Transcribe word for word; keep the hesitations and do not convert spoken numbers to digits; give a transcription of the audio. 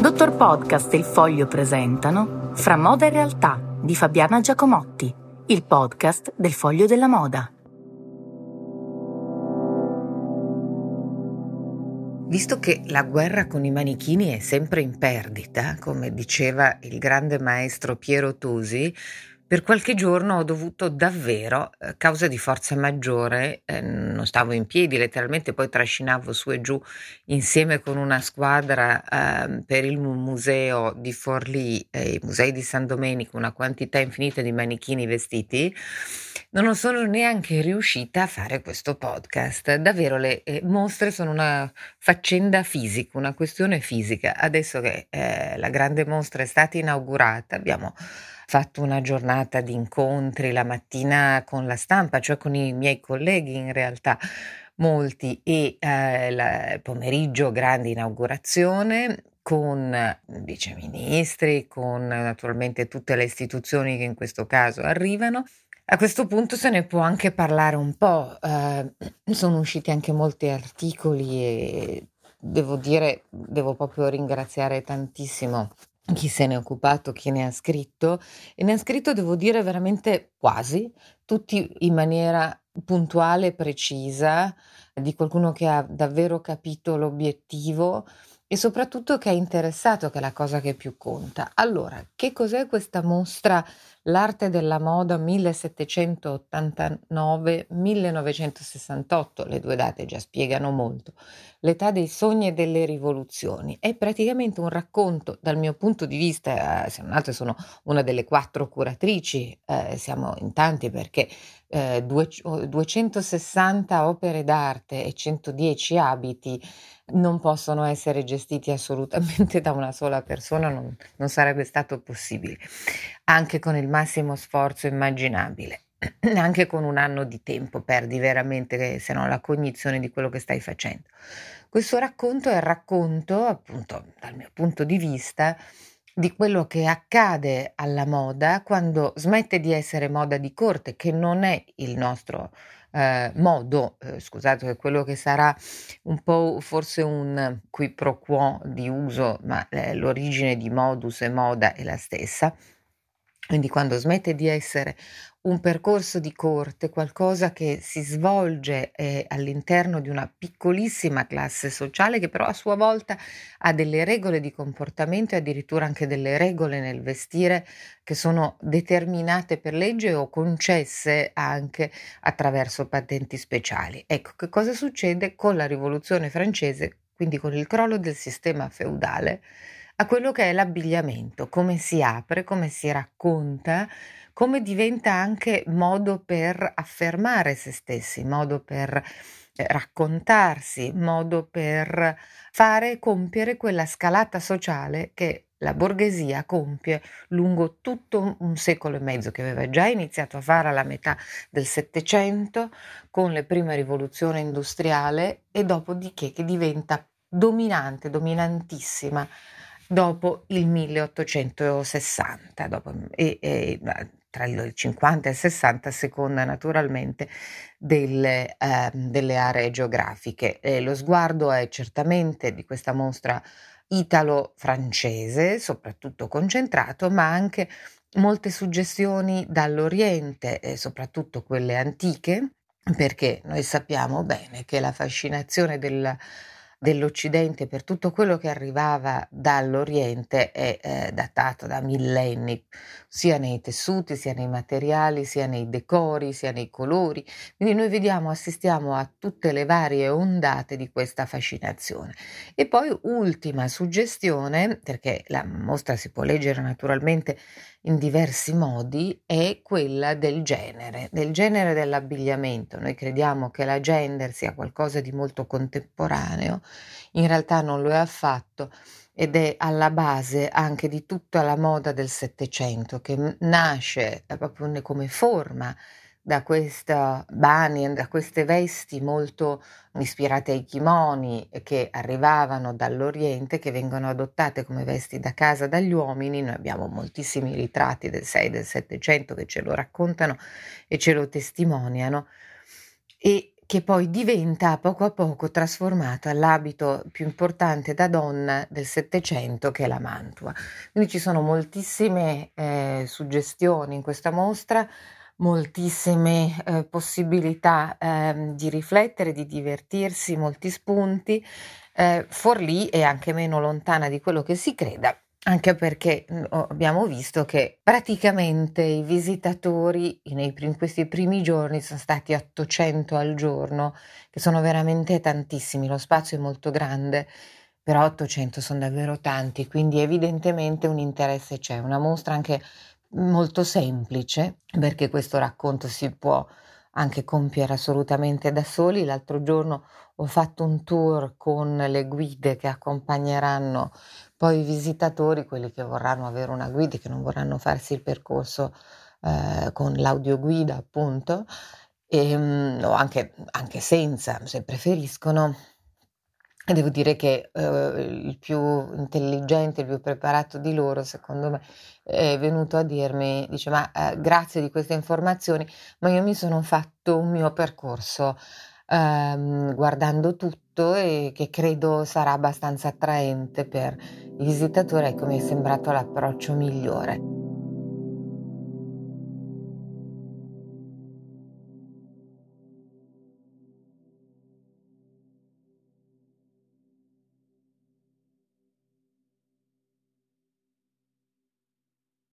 Dottor Podcast e Il Foglio presentano Fra moda e realtà di Fabiana Giacomotti, il podcast del Foglio della Moda. Visto che la guerra con i manichini è sempre in perdita, come diceva il grande maestro Piero Tosi, per qualche giorno ho dovuto davvero, a causa di forza maggiore, eh, non stavo in piedi, letteralmente poi trascinavo su e giù insieme con una squadra eh, per il museo di Forlì e i musei di San Domenico, una quantità infinita di manichini vestiti. Non sono neanche riuscita a fare questo podcast. Davvero le eh, mostre sono una faccenda fisica, una questione fisica. Adesso che eh, la grande mostra è stata inaugurata, abbiamo fatto una giornata di incontri la mattina con la stampa, cioè con i miei colleghi in realtà, molti, e eh, la, il pomeriggio grande inaugurazione con viceministri, con naturalmente tutte le istituzioni che in questo caso arrivano. A questo punto se ne può anche parlare un po', eh, sono usciti anche molti articoli e devo dire, devo proprio ringraziare tantissimo chi se ne è occupato, chi ne ha scritto, e ne ha scritto, devo dire, veramente quasi, tutti in maniera puntuale e precisa, di qualcuno che ha davvero capito l'obiettivo e soprattutto che è interessato, che è la cosa che più conta. Allora, che cos'è questa mostra L'arte della moda millesettecentottantanove millenovecentosessantotto? Le due date già spiegano molto. L'età dei sogni e delle rivoluzioni. È praticamente un racconto, dal mio punto di vista, eh, se non altro sono una delle quattro curatrici, eh, siamo in tanti perché eh, due, duecentosessanta opere d'arte e centodieci abiti non possono essere gestiti assolutamente da una sola persona, non, non sarebbe stato possibile, anche con il massimo sforzo immaginabile, anche con un anno di tempo perdi veramente, se no, la cognizione di quello che stai facendo. Questo racconto è il racconto, appunto, dal mio punto di vista, di quello che accade alla moda quando smette di essere moda di corte, che non è il nostro eh, modo, eh, scusate, che quello che sarà un po' forse un qui pro quo di uso, ma eh, l'origine di modus e moda è la stessa. Quindi quando smette di essere un percorso di corte, qualcosa che si svolge eh, all'interno di una piccolissima classe sociale che però a sua volta ha delle regole di comportamento e addirittura anche delle regole nel vestire che sono determinate per legge o concesse anche attraverso patenti speciali. Ecco, che cosa succede con la Rivoluzione francese, quindi con il crollo del sistema feudale, a quello che è l'abbigliamento, come si apre, come si racconta, come diventa anche modo per affermare se stessi, modo per eh, raccontarsi, modo per fare compiere quella scalata sociale che la borghesia compie lungo tutto un secolo e mezzo, che aveva già iniziato a fare alla metà del Settecento con le prime rivoluzioni industriali e dopodiché che diventa dominante, dominantissima dopo il milleottocentosessanta, dopo, e, e, tra il cinquanta e il sessanta, a seconda naturalmente delle, eh, delle aree geografiche. E lo sguardo è certamente di questa mostra italo-francese, soprattutto concentrato, ma anche molte suggestioni dall'Oriente, e soprattutto quelle antiche, perché noi sappiamo bene che la fascinazione del dell'Occidente per tutto quello che arrivava dall'Oriente è eh, datato da millenni, sia nei tessuti, sia nei materiali, sia nei decori, sia nei colori. Quindi noi vediamo, assistiamo a tutte le varie ondate di questa fascinazione. E poi ultima suggestione, perché la mostra si può leggere naturalmente in diversi modi, è quella del genere, del genere dell'abbigliamento. Noi crediamo che la gender sia qualcosa di molto contemporaneo, in realtà non lo è affatto ed è alla base anche di tutta la moda del Settecento, che nasce proprio come forma da questa banyan, da queste vesti molto ispirate ai kimoni che arrivavano dall'Oriente, che vengono adottate come vesti da casa dagli uomini. Noi abbiamo moltissimi ritratti del sei del Settecento che ce lo raccontano e ce lo testimoniano, e che poi diventa poco a poco trasformata l'abito più importante da donna del Settecento, che è la mantua. Quindi ci sono moltissime eh, suggestioni in questa mostra, moltissime eh, possibilità ehm, di riflettere, di divertirsi, molti spunti. Eh, Forlì è anche meno lontana di quello che si creda, anche perché mh, ho- abbiamo visto che praticamente i visitatori nei prim- in questi primi giorni sono stati ottocento al giorno, che sono veramente tantissimi, lo spazio è molto grande, però ottocento sono davvero tanti, quindi evidentemente un interesse c'è, una mostra anche molto semplice, perché questo racconto si può anche compiere assolutamente da soli. L'altro giorno ho fatto un tour con le guide che accompagneranno poi i visitatori, quelli che vorranno avere una guida, che non vorranno farsi il percorso eh, con l'audioguida, appunto, e, mm, o anche, anche senza, se preferiscono. E devo dire che eh, il più intelligente, il più preparato di loro, secondo me, è venuto a dirmi, dice, ma eh, grazie di queste informazioni, ma io mi sono fatto un mio percorso ehm, guardando tutto e che credo sarà abbastanza attraente per i visitatori. Ecco, mi è sembrato l'approccio migliore.